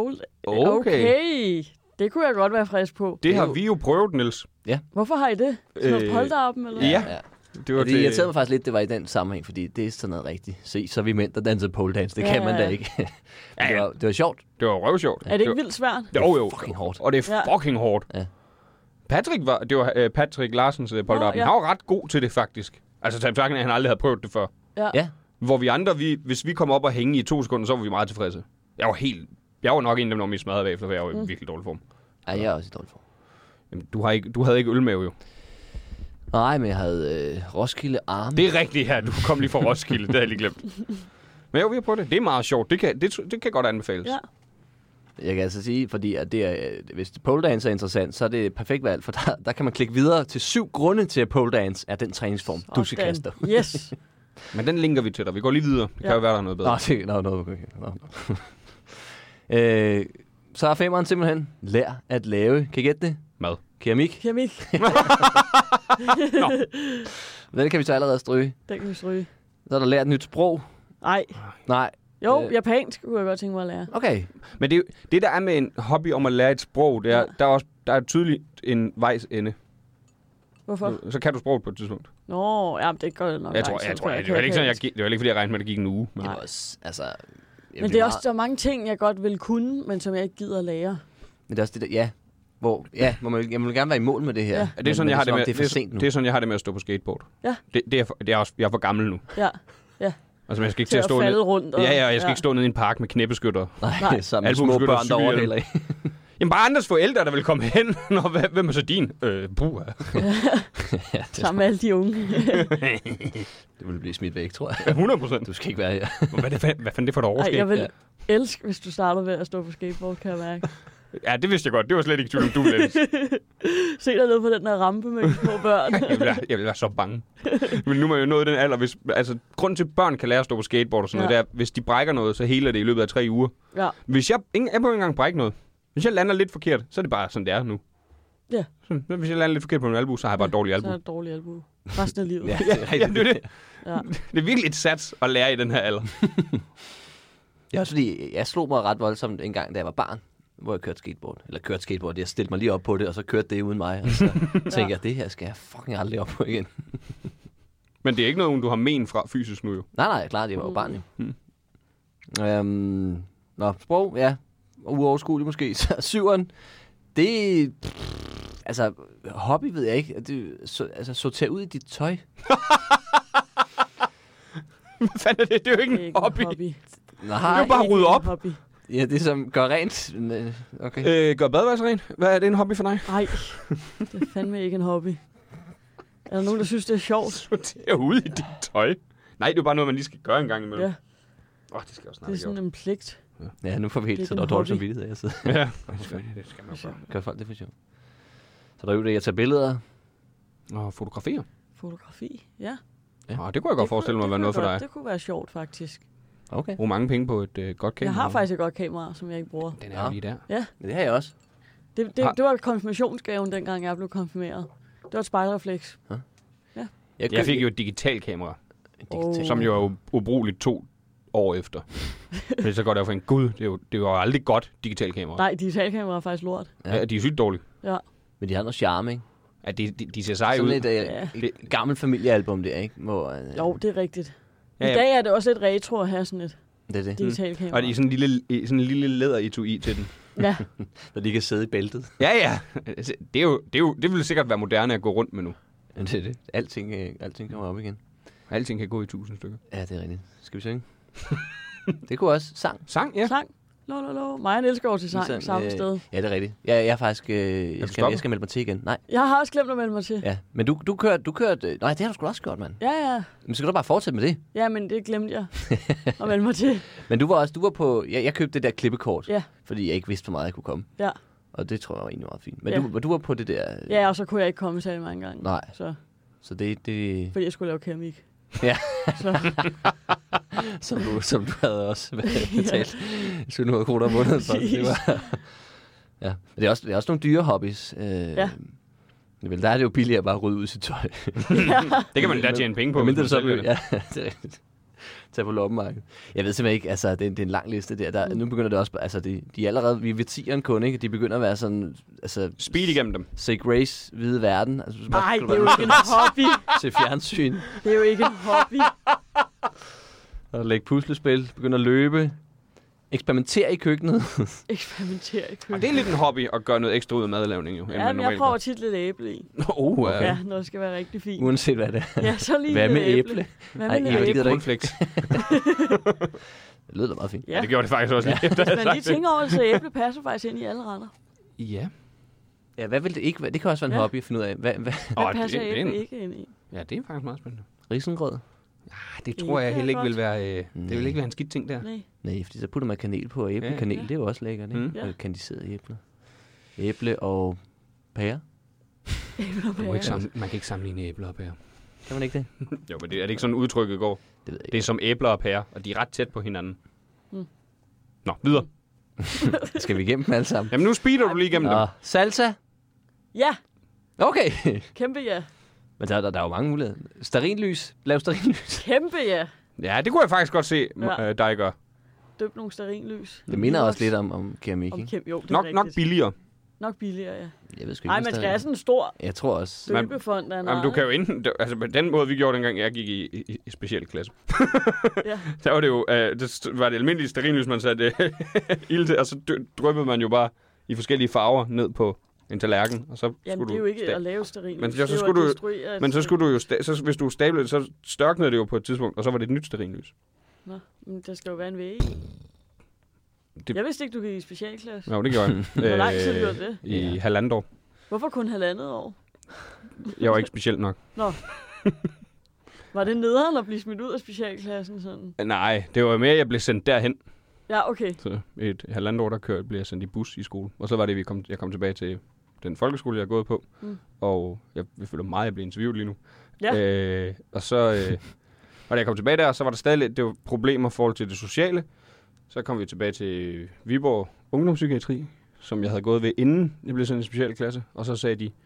Okay. Det kunne jeg godt være frisk på. Det har vi jo prøvet, Niels. Ja. Hvorfor har I det? Sådan noget polterappen, eller? Ja. Det irriterede mig faktisk lidt, det var i den sammenhæng, fordi det er sådan noget rigtigt. Så er vi mænd, der danser pole dance. Det kan man da ikke. Det var sjovt. Det var røvsjovt. Er det ikke vildt svært? Jo. Fucking hårdt. Og det er fucking hårdt. Ja. Patrick Larsens polterappen. Han var ret god til det, faktisk. Altså, til at han aldrig havde prøvet det før. Ja. Hvor vi andre, hvis vi kom op og hænge i 2 sekunder, så var vi meget tilfredse. Jeg var nok en af dem, der var mest smadret bagefter, for jeg var i virkelig dårlig form. Ja, jeg er også i dårlig form. Jamen, du havde ikke ølmave, jo. Nej, men jeg havde Roskilde arme. Det er rigtigt her. Du kom lige fra Roskilde. Det havde jeg lige glemt. Men jo, vi har prøvet det. Det er meget sjovt. Det kan godt anbefales. Ja. Jeg kan altså sige, fordi at hvis pole dance er interessant, så er det et perfekt valg, for der kan man klikke videre til 7 grunde til, at pole dance er den træningsform, du skal kaste. Yes. Men den linker vi til dig. Vi går lige videre. Det kan jo være, der er noget bedre. Så er 5'eren simpelthen lær at lave. Kan I gætte det? Mad. Keramik. Den kan vi så allerede stryge. Den kan vi stryge. Så er der lært et nyt sprog. Nej. Jo, japansk kunne jeg godt tænke mig at lære. Okay. Men det der er med en hobby om at lære et sprog, det er, der er tydeligt en vejs ende. Hvorfor? Så kan du sproget på et tidspunkt. Nå, ja, det går nok. Jeg tror, det var ikke sådan, det var ikke fordi jeg regnede med, at det gik en uge. Men det var også, altså... Men det er også, der er mange ting, jeg godt vil kunne, men som jeg ikke gider at lære. Men det er også det der, hvor jeg vil gerne være i mål med det her. Ja. Det er sådan, jeg har det med. Det er for sent nu. Det er sådan, jeg har det med at stå på skateboard. Ja. Jeg er for gammel nu. Ja. Altså, jeg skal ikke til at stå ned. Rundt. Jeg skal ikke stå nede i en park med knæbeskytter. Nej, som små børn, der overhælder i. Jamen bare andres forældre, der vil komme hen. Hvem er så din? Buha. Sammen med alle de unge. Det vil blive smidt væk, tror jeg. 100%. Du skal ikke være her. Hvad fanden det for et overskæg? Jeg vil elske, hvis du starter ved at stå på skateboard, kan jeg mærke. Ja, det vidste jeg godt. Det var slet ikke tvivl, du ville. Se dig ned på den her rampe med de små børn. jeg vil være så bange. Men nu er jeg jo nået den alder. Grunden til, at børn kan lære at stå på skateboard og sådan noget, det er, hvis de brækker noget, så heler det i løbet af 3 uger. Ja. Hvis jeg ikke engang brække noget. Hvis jeg lander lidt forkert, så er det bare sådan, det er nu. Ja. Hvis jeg lander lidt forkert på en albu, så har jeg bare dårlig albu. Så er det dårlig albu. Resten af livet. Ja, det er det. Ja. Det er virkelig et sats at lære i den her alder. Det er også fordi, jeg slog mig ret voldsomt en gang, da jeg var barn, hvor jeg kørte skateboard. Jeg stillede mig lige op på det, og så kørte det uden mig. Og så tænkte jeg, det her skal jeg fucking aldrig op på igen. Men det er ikke noget, du har men fra fysisk nu jo. Nej, klart, det var jo barn jo. Sprog, ja. Uoverskueligt måske. Så 7'eren, det... Altså, hobby ved jeg ikke. Sortere ud i dit tøj. Hvad fanden er det? Det er jo ikke en hobby. Nej. Det er jo bare at rydde op. Hobby. Ja, det som gør rent. Okay. Gør badeværelset rent? Hvad er det en hobby for dig? Nej, det er fandme ikke en hobby. Er der nogen, der synes, det er sjovt? Sortere ud i dit tøj? Nej, det er jo bare noget, man lige skal gøre en gang imellem. Ja. Det skal jeg også snart Det er sådan en pligt. Ja, nu får vi helt Det er så en dårligt hobby. samvittighed. Jeg sidder. Ja, det skal man jo gøre. Gør folk det for sjov? Så der er jo det, jeg tager billeder. Og fotografere? Fotografi, ja. Det kunne jeg godt forestille mig at være noget for dig. Det kunne være sjovt, faktisk. Okay. Brug mange penge på et godt kamera. Jeg har faktisk et godt kamera, som jeg ikke bruger. Den er jo lige der. Ja. Men det har jeg også. Det var konfirmationsgaven, dengang jeg blev konfirmeret. Det var et spejlrefleks. Jeg fik jo et digitalt kamera, Oh. som jo er ubrugeligt 2 år efter. Men så går det jo for en gud. Det er jo aldrig godt digitalt kamera. Nej, digitalkamera er faktisk lort. Ja, de er sygt dårlige. Ja. Men de har noget charme, ikke? Ja, de ser seje ud. Sådan et gammelt familiealbum der, ikke? Hvor, Jo, det er rigtigt. I Ja. dag er det også lidt retro at have sådan et Det er det. digitalkamera. Og det er sådan en lille læderetui til den. Ja, Så de kan sidde i bæltet. Ja. Det vil sikkert være moderne at gå rundt med nu. Det er det. Alting kommer op igen. Alting kan gå i 1000 stykker. Ja, det er rigtigt. Skal vi synge? Det kunne også. Sang. Sang, ja. sang. Lo. Mig og Niels går til sang samme sted. Ja, det er rigtigt. Jeg er faktisk... jeg skal melde mig til igen. Nej. Jeg har også glemt at melde mig til. Ja, men du kørte... Nej, det har du sgu også gjort, mand. Ja. Men så kan du bare fortsætte med det. Ja, men det glemte jeg at melde mig til. Men du var på... Jeg købte det der klippekort, Ja. fordi jeg ikke vidste, hvor meget jeg kunne komme. Ja. Og det tror jeg var egentlig meget fint. Men Ja. du var på det der... Ja, og så kunne jeg ikke komme særlig mange gange. Nej. Så det... Fordi jeg skulle lave keramik. Ja. Så. som du havde også betalt 700 kroner om måneden for. Det var, ja. Men det er også nogle dyre hobbies. Ja. Der er det jo billigere at bare rydde ud sit tøj. Det kan man da tjene penge på. Men det så ja, det er rigtigt. Tag på loppemarkedet. Jeg ved simpelthen ikke, altså det er en lang liste der. Nu begynder det også, altså de er allerede, vi er ved 10'eren kun, ikke? De begynder at være sådan, altså... Speed igennem dem. Say Grace, hvide verden. Altså, Nej, det er jo ikke en hobby. Til fjernsyn. Det er jo ikke en hobby. Og lægge puslespil, begynder at løbe. Eksperimentere i køkkenet. Eksperimentere i køkkenet. Og det er lidt en hobby at gøre noget ekstra ud af madlavning jo. Ja, men jeg prøver tit lidt æble i. Ja. Ja, når det skal være rigtig fint. Uanset hvad det er. Ja, så lige Hvad med lidt æble? Hvad Ej, med æble lidt gider æble? du ikke. Det lyder da meget fint. Ja, Det gjorde det faktisk også lige efter. hvis man lige tænker over det, så æble passer faktisk ind i alle retter. Ja. Ja, hvad vil det ikke være? Det kan også være en hobby at finde ud af. Hvad? Hvad passer æble ikke ind i? Ja, det er faktisk meget spændende. Risengrød? Det tror jeg Ikke heller ikke godt. vil være... Det vil ikke være en skidt ting der. Nej. Nej, fordi så putter man kanel på, og æblekanel, Ja. det er jo også lækkert, ikke? Ja. Og kandiseret æble. Æble og pære. Æble og pære. Man kan ikke sammenligne æbler og pærer. Kan man ikke det? Jo, men er det ikke sådan udtrykket går? Det ved jeg Det er ikke. som æbler og pærer, og de er ret tæt på hinanden. Nå, videre. Skal vi igennem dem alle sammen? Jamen nu speeder du lige igennem dem. Nå, salsa? Ja, Okay. kæmpe ja. Men der er jo mange muligheder. Stearinlys? Lav stearinlys. Kæmpe ja. Ja, det kunne jeg faktisk godt se dig gøre. Døb nogle stearinlys. Det minder også lidt om keramik, ikke? Jo, det er Nok rigtigt. billigere. Nok billigere, ja. Jeg ved sgu ikke, Nej, hvad man skal stearin- have sådan en stor Jeg tror også... døbefond af Jamen, du kan jo enten... Altså, på den måde, vi gjorde dengang, jeg gik i specialklasse. Ja. Der var det jo... det var det almindelige stearinlys, man satte ild til, og så dryppede man jo bare i forskellige farver ned på en tallerken, og så Jamen, skulle det er du... jo ikke at lave stearinlys. Men så Det er jo skulle at du- destruere et Men så sted. skulle du jo... Så hvis du stablede, så størknede det jo på et tidspunkt, og så var det et nyt stearinlys. Nå, men der skal jo være en væg. Det- Jeg vidste ikke, du gik i specialklasse. Nå, det gjorde jeg. Hvor lang tid gjorde det? I halvandet år. Hvorfor kun 1,5 år? Jeg var ikke specielt nok. Nå. Var det nederen at blive smidt ud af specialklassen sådan? Nej, det var mere, at jeg blev sendt derhen. Ja, okay. Så et halvandet år, der blev jeg sendt i bus i skole. Og så var det, jeg kom tilbage til den folkeskole, jeg er gået på. Og jeg føler meget, at jeg bliver interviewet lige nu. Ja. Og så og da jeg kom tilbage der, så var der stadig lidt problemer i forhold til det sociale. Så kom vi tilbage til Viborg Ungdomspsykiatri, som jeg havde gået ved, inden jeg blev sendt i specialklasse. Og så sagde de,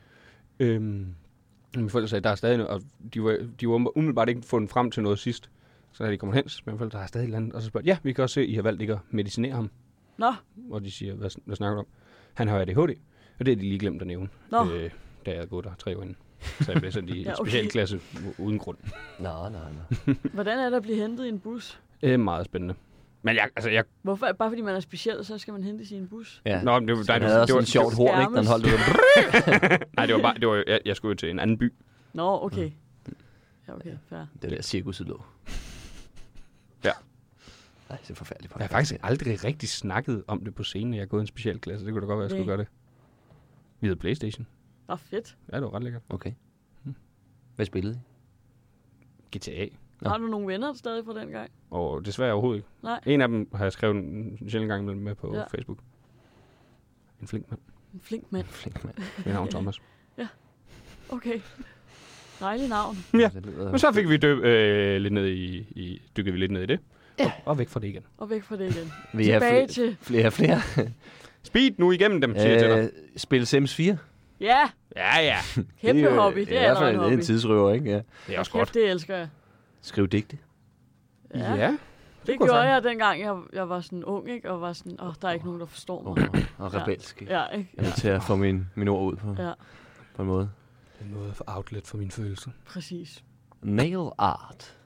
mine forældre sagde, der er stadig noget, og de var umiddelbart ikke fundet frem til noget sidst. Så havde de kommet hen, men forældre, der er stadig et eller andet. Og så spørger ja, vi kan også se, at I har valgt ikke at medicinere ham. Nå, Og de siger, hvad snakker du om? Han har ADHD, og det er de lige glemt at nævne, Nå. da jeg havde gået der 3 år inden. Så jeg blev sendt i specialklasse uden grund. Nå. Hvordan er det at blive hentet i en bus? Meget spændende. Men jeg... Hvorfor? Bare fordi man er speciel, så skal man hente i en bus? Ja. Nå, det var sådan et sjovt horn, ikke? Den holdt ud. Nej, det var jeg skulle jo til en anden by. Nå, okay. Ja, okay, fair. Det der cirkuset lå. Ja. Nej, det er forfærdeligt. Jeg har faktisk aldrig rigtig snakket om det på scenen, jeg er gået i en specialklasse. Det kunne da godt være, jeg skulle gøre det. Vi havde PlayStation. Nå, fedt. Ja, det var ret lækkert. Okay. Hvad spillede I? GTA. Nå. Har du nogle venner stadig fra den gang? Og desværre overhovedet ikke. Nej. En af dem har jeg skrevet en sjældent gang med på Facebook. En flink mand. En flink mand. Med navn Thomas. Ja. Okay. Dejlig navn. Ja. Men så fik vi dykkede vi lidt ned i det. Ja. Og væk fra det igen. Og væk fra det igen. Vi Tilbage til... Flere. Speed nu igennem dem, siger jeg til dig. Spil Sims 4. Ja. Ja. Kæmpe hobby. Det er i hvert fald en en tidsrøver, ikke? Ja. Det er også godt. Det elsker jeg. Skriv digte. Ja. Det gjorde jeg dengang, jeg var sådan ung, ikke? Og var sådan, der er ikke nogen, der forstår mig. Og rebelsk. Ja, ikke? Jeg er til at få min ord ud på en måde. Det er noget for outlet for mine følelser. Præcis. Nail art.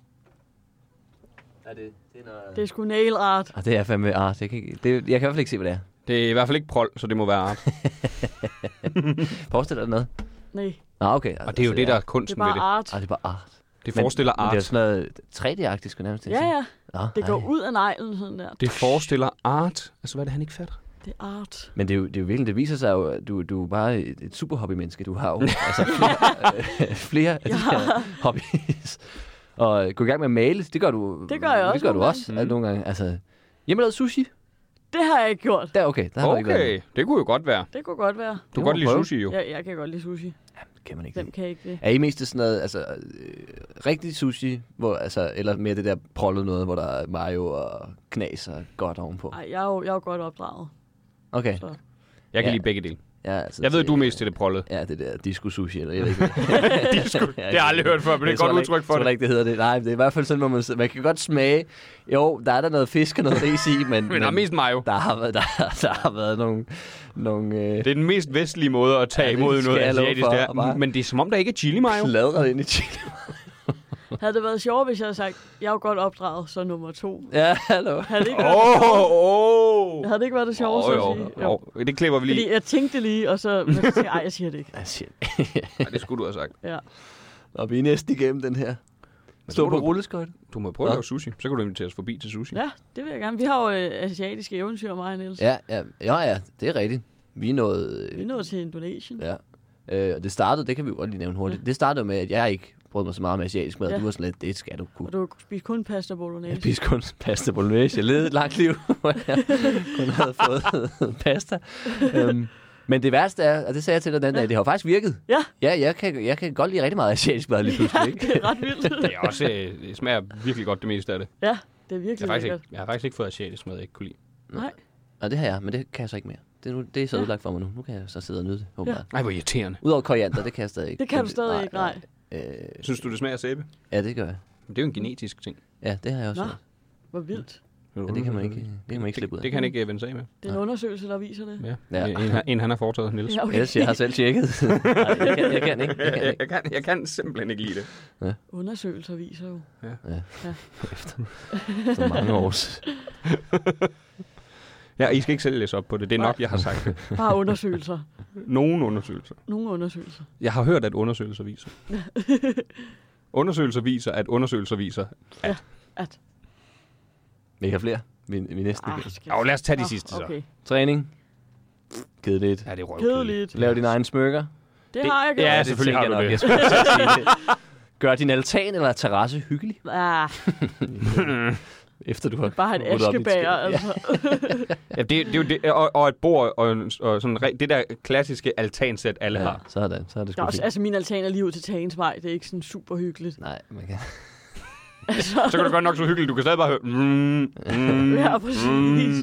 Det er sgu nail art. Det er fandme art. Jeg kan i hvert fald ikke se, hvad det er. Det er i hvert fald ikke prol, så det må være art. Forestiller det noget? Nej. Okay. Og det er jo det, der er kunsten ved det. Det er bare art. Det er bare art. Det forestiller art. Men det er sådan noget 3D-agtigt, skulle nærmest sige. Ja. Nå, det går ud af neglen sådan der. Det forestiller art. Altså, hvad er det, han ikke fatter? Det er art. Men det er jo virkelig, det viser sig jo, at du er bare et super hobbymenneske. Du har jo altså flere af de her hobbies. Og gå i gang med at male, det gør du. Det gør jeg også. Det gør du også nogle gange. Altså, hjemmelavet sushi? Det har jeg ikke gjort. Der har ikke været. Det kunne jo godt være. Det kunne godt være. Du kan godt lide sushi, jo. Ja, jeg kan godt lide sushi. Ja, kan man ikke. Hvem kan ikke det? Er I mest sådan noget, altså rigtig sushi, hvor, altså, eller mere det der prollet noget, hvor der er mayo og knas og godt ovenpå? Nej, jeg er jo godt opdraget. Okay. Så. Jeg kan lide begge dele. Ja, altså, jeg ved, du er mest til det prollet. Ja, det der disco sushi, eller jeg ved ikke. Disco, det har jeg aldrig hørt før, men det er et godt udtryk for det. Jeg tror ikke, det hedder det. Nej, det er i hvert fald sådan, hvor man kan godt smage. Jo, der er der noget fisk og noget ris i, men der er mest mayo. Der har været nogle det er den mest vestlige måde at tage imod noget asiatisk der. Men det er som om, der ikke er chili mayo. Sladret ind i chili. Havde det været sjovt, hvis jeg havde sagt, jeg er jo godt opdraget, så nummer 2. Ja, hallo. Havde det ikke været det sjovt, så at sige? Jo. Det klipper vi lige. Fordi jeg tænkte lige, og så tænkte jeg, jeg siger det ikke. Nej, det skulle du have sagt. Ja. Og vi er næsten igennem den her. Stå på rulleskøjte. Du må prøve at lave sushi. Så kan du invitere os forbi til sushi. Ja, det vil jeg gerne. Vi har jo asiatiske eventyr, mig og Niels. Ja, det er rigtigt. Vi er nået til Indonesien. Ja. Og det startede, det kan vi jo godt lige nævne hurtigt. Det startede med, at jeg ikke brød mig så meget med asiatisk mad. Du var sådan lidt, det skal du kunne. Og du spiste kun pasta bolognese. Jeg spiste kun pasta bolognese. Jeg levede et langt liv, hvor jeg kun havde fået pasta. Men det værste er, og det sagde jeg til dig den dag, det har faktisk virket. Ja. Ja, jeg kan godt lide rigtig meget asiatisk mad lige pludselig. Ikke? Det er ret vildt. Det er også, det smager virkelig godt det meste af det. Ja, det er virkelig lækkert. Jeg har faktisk ikke fået asiatisk mad, jeg ikke kunne lide. Nej. Og det har jeg, men det kan jeg så ikke mere. Det er så udlagt for mig nu. Nu kan jeg så sidde og nyde det. Ja. Ej, hvor irriterende. Udover koriander, det kan jeg stadig ikke. Det kan du stadig ikke, nej. Synes du, det smager af sæbe? Ja, det gør jeg. Det er jo en genetisk ting. Ja, det har jeg også. Nå, hvor vildt. Ja, det kan man ikke slippe ud af. Det kan han ikke vende sig af med. Det er en undersøgelse, der viser det. Ja. En han har foretaget, Niels. Ja, okay. Ellers, jeg har selv tjekket. Nej, jeg kan ikke. Jeg kan simpelthen ikke lide det. Ja. Undersøgelser viser jo. Ja. Efter mange års. Ja, I skal ikke selv læse op på det. Det er nok, jeg har sagt det. Bare undersøgelser. Nogle undersøgelser. Jeg har hørt, at undersøgelser viser. Undersøgelser viser, at undersøgelser viser, at. Vi har flere. Vi næsten lad os tage de sidste så. Okay. Træning. Kedeligt. Ja, det er røvkedeligt. Lav din egen smykker. Det har jeg gjort. Ja, selvfølgelig har du det. Gør din altan eller terrasse hyggelig. Efter du har bare et askebager, altså. Ja, det er jo det, og et bord og sådan det der klassiske altansæt alle har. Så er det sgu også, altså min altan er lige ud til Tagensvej. Det er ikke sådan super hyggeligt. Nej, man kan. Så kan det godt nok så hyggeligt. Du kan stadig bare høre. Ja, præcis.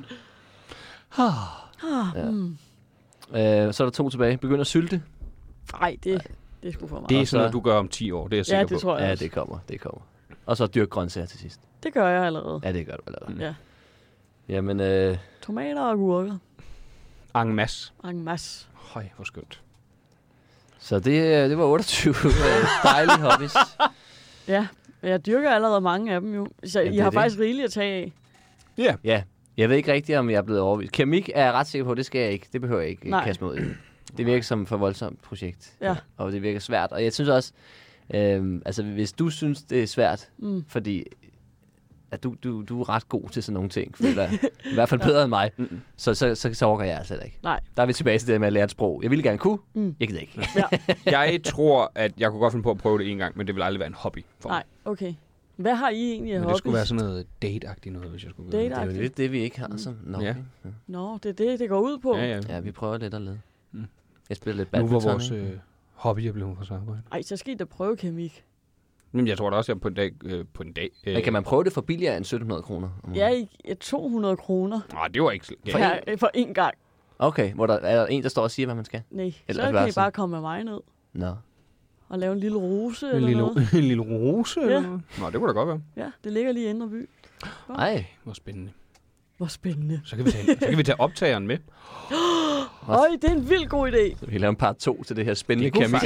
Så er der 2 tilbage. Begynder at sylte. Nej, det er sgu for meget. Det er sådan noget, du gør om 10 år. Det er jeg sikker på. Det tror jeg også. Det kommer. Og så dyrk grøntsager til sidst. Det gør jeg allerede. Ja, det gør du allerede. Ja. Jamen, tomater og agurker. En masse. En masse. Høj, hvor skønt. Så det var 28 dejlige hobbies. Ja, jeg dyrker allerede mange af dem jo. Så I har faktisk rigeligt at tage af. Ja. Jeg ved ikke rigtigt, om jeg er blevet overbevist. Keramik er jeg ret sikker på, det skal jeg ikke. Det behøver jeg ikke kaste mig ud i. Det virker som et for voldsomt projekt. Ja. Og det virker svært. Og jeg synes også, altså hvis du synes, det er svært, fordi at du er ret god til sådan nogle ting, føler jeg. I hvert fald bedre end mig. Så overgår jeg altså ikke. Nej. Der er vi tilbage til det med at lære et sprog. Jeg ville gerne kunne. Jeg gider ikke. Ja. Jeg tror, at jeg kunne godt finde på at prøve det en gang, men det vil aldrig være en hobby for mig. Nej, okay. Hvad har I egentlig af hobbies? Det skulle være sådan noget date-agtigt noget, hvis jeg skulle gøre det. Det er jo lidt det, vi ikke har. Så. Nå, det er det går ud på. Ja, vi prøver lidt at lede. Jeg spiller lidt badminton. Nu var vores hobby er blevet vores arbejde. Ej, så skal I da prøve keramik. Men jeg tror da også, at jeg på en dag... Men kan man prøve det for billigere end 1.700 kroner? Ja, 200 kroner. Nej, det var ikke... For én gang. Okay, hvor der er en, der står og siger, hvad man skal? Nej, så kan I bare komme med mig ned. Nå. Og lave en lille rose en lille rose? Ja. Nå, det kunne da godt være. Ja, det ligger lige i Indre By. Ej, hvor spændende. Hvor spændende. Så kan vi tage optageren med. Øj, det er en vild god idé. Så vi laver en part 2 til det her spændende keramik.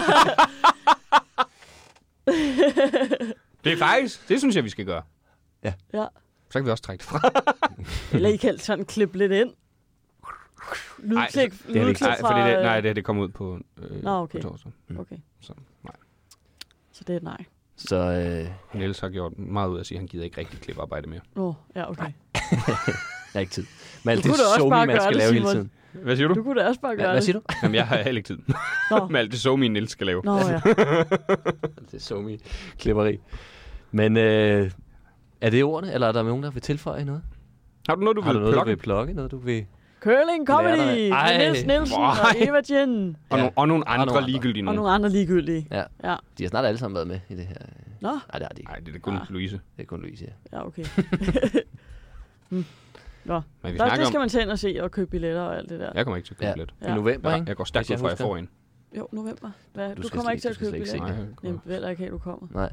Det er faktisk, det synes jeg, vi skal gøre. Ja. Så kan vi også trække det fra. Eller I kan sådan klippe lidt ind. Lydklik fra... Nej, det kommer ud på, okay. på torsdag. Okay. Så nej. Så det er et nej. Så Niels har gjort meget ud af at sige, at han gider ikke rigtig klippearbejde mere. Ja, okay. jeg har ikke tid. Men alt det somi, man skal lave hele tiden. Hvad siger du? Du kunne da også bare gøre Hvad siger du? Jamen, jeg har heller ikke tid. Med alt det somi, Niels skal lave. Nå, ja. Det er somi-klipperi. Men er det ordene, eller er der nogen, der vil tilføje noget? Har du noget, du vil plukke? Noget, du vil... Curling Comedy med Niels Nielsen og Eva Jen. Og nogle andre ligegyldige. Og nogle andre ligegyldige. Ja. De har snart alle sammen været med i det her. Nå? Nej, det har de ikke. Nej, det er kun Louise. Det er kun Louise, ja. Ja, okay. Nå, det skal man tage ind og se og købe billetter og alt det der. Jeg kommer ikke til at købe billet. I november, ikke? Jeg går stærkt ud fra, at jeg får en. Jo, november. Du kommer ikke til at købe billetter? Nej, vel ikke, du kommer. Nej.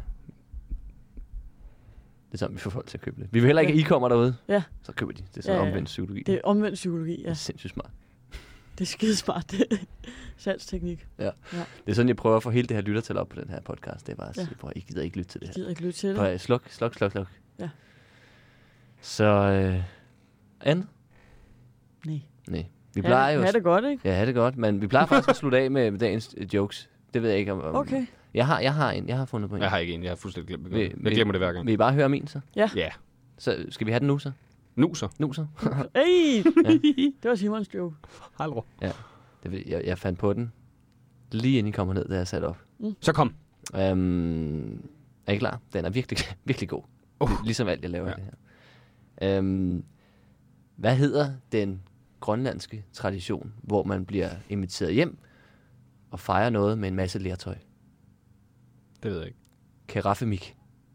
Det er sådan, vi får folk til at købe det. Vi vil heller ikke, at I kommer derude. Ja. Så køber de. Det er sådan omvendt psykologi. Det er omvendt psykologi, ja. Det er sindssygt smart. Det er skidesmart. Det er salgsteknik. Ja. Det er sådan, jeg prøver at få hele det her lyttertal op på den her podcast. Det er bare at sige, I gider ikke lytte til det her. I gider ikke lytte til det. Bare sluk. Ja. Så, andet? Nej. Vi plejer jo... Ha' det godt, ikke? Ja, ha' det godt. Men vi plejer faktisk at slutte af med dagens jokes. Det ved jeg ikke om... Okay. Jeg har fundet på en. Jeg har ikke en. Jeg har fuldstændig glemt det. Jeg glemmer det hver gang. Vil I bare høre min så? Ja. Så skal vi have den nu så? Nu så. Hey! Det var Simons joke. Hallo. Ja. Jeg fandt på den lige inden I kommer ned, da jeg satte op. Så kom. Er I klar? Den er virkelig, virkelig god. Ligesom alt, jeg laver det her. Hvad hedder den grønlandske tradition, hvor man bliver inviteret hjem og fejrer noget med en masse lertøj? Det ved jeg ikke. Keramik.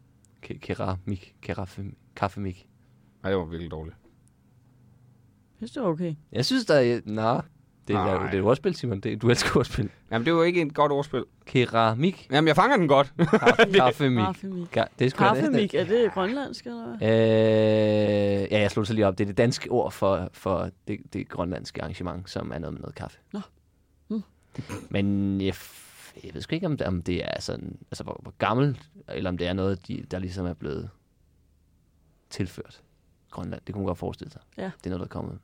Kaffemik. Nej, det var virkelig dårligt. Jeg synes, det var okay. Jeg synes, der er... Det er et ordspil, Simon. Du elsker ordspil. Jamen, det var ikke et godt ordspil. Keramik. Jamen, jeg fanger den godt. Kaffemik. Kaffemik, er det grønlandsk, eller hvad? Ja, jeg slog så lige op. Det er det danske ord for det grønlandske arrangement, som er noget med noget kaffe. Nå. Men jeg ved sgu ikke, om det er sådan... Altså, hvor gammelt, eller om det er noget, der ligesom er blevet tilført Grønland. Det kunne man godt forestille sig. Ja. Det er noget, der er kommet.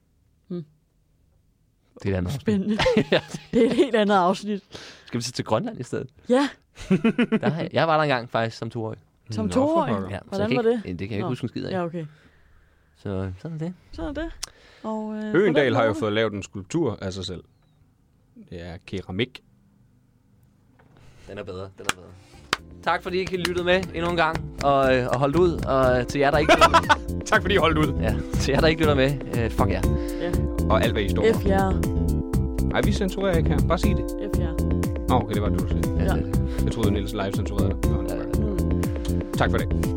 Det er et andet spændende. Det er et helt andet afsnit. Skal vi til Grønland i stedet? Ja. Jeg var der engang faktisk som 2-årig. Som 2-årig? Ja, hvordan var det? Det kan jeg ikke huske en skid af. Ja, okay. Så sådan er det. Og, Øgendal har jo fået lavet en skulptur af sig selv. Det er keramik. Den er bedre. Tak fordi I lyttede med endnu en gang og holdt ud. Og til jer, der ikke lytter med. Tak fordi I holdt ud. Ja, til jer, der ikke lytter med. Fuck jer. Ja. Og alt, hvad I står. F jer. Nej, vi censurerer ikke her. Bare sig det. F jer. Okay, det var det, du sagde. Ja. Jeg troede, Niels live censurerede dig. Tak for det.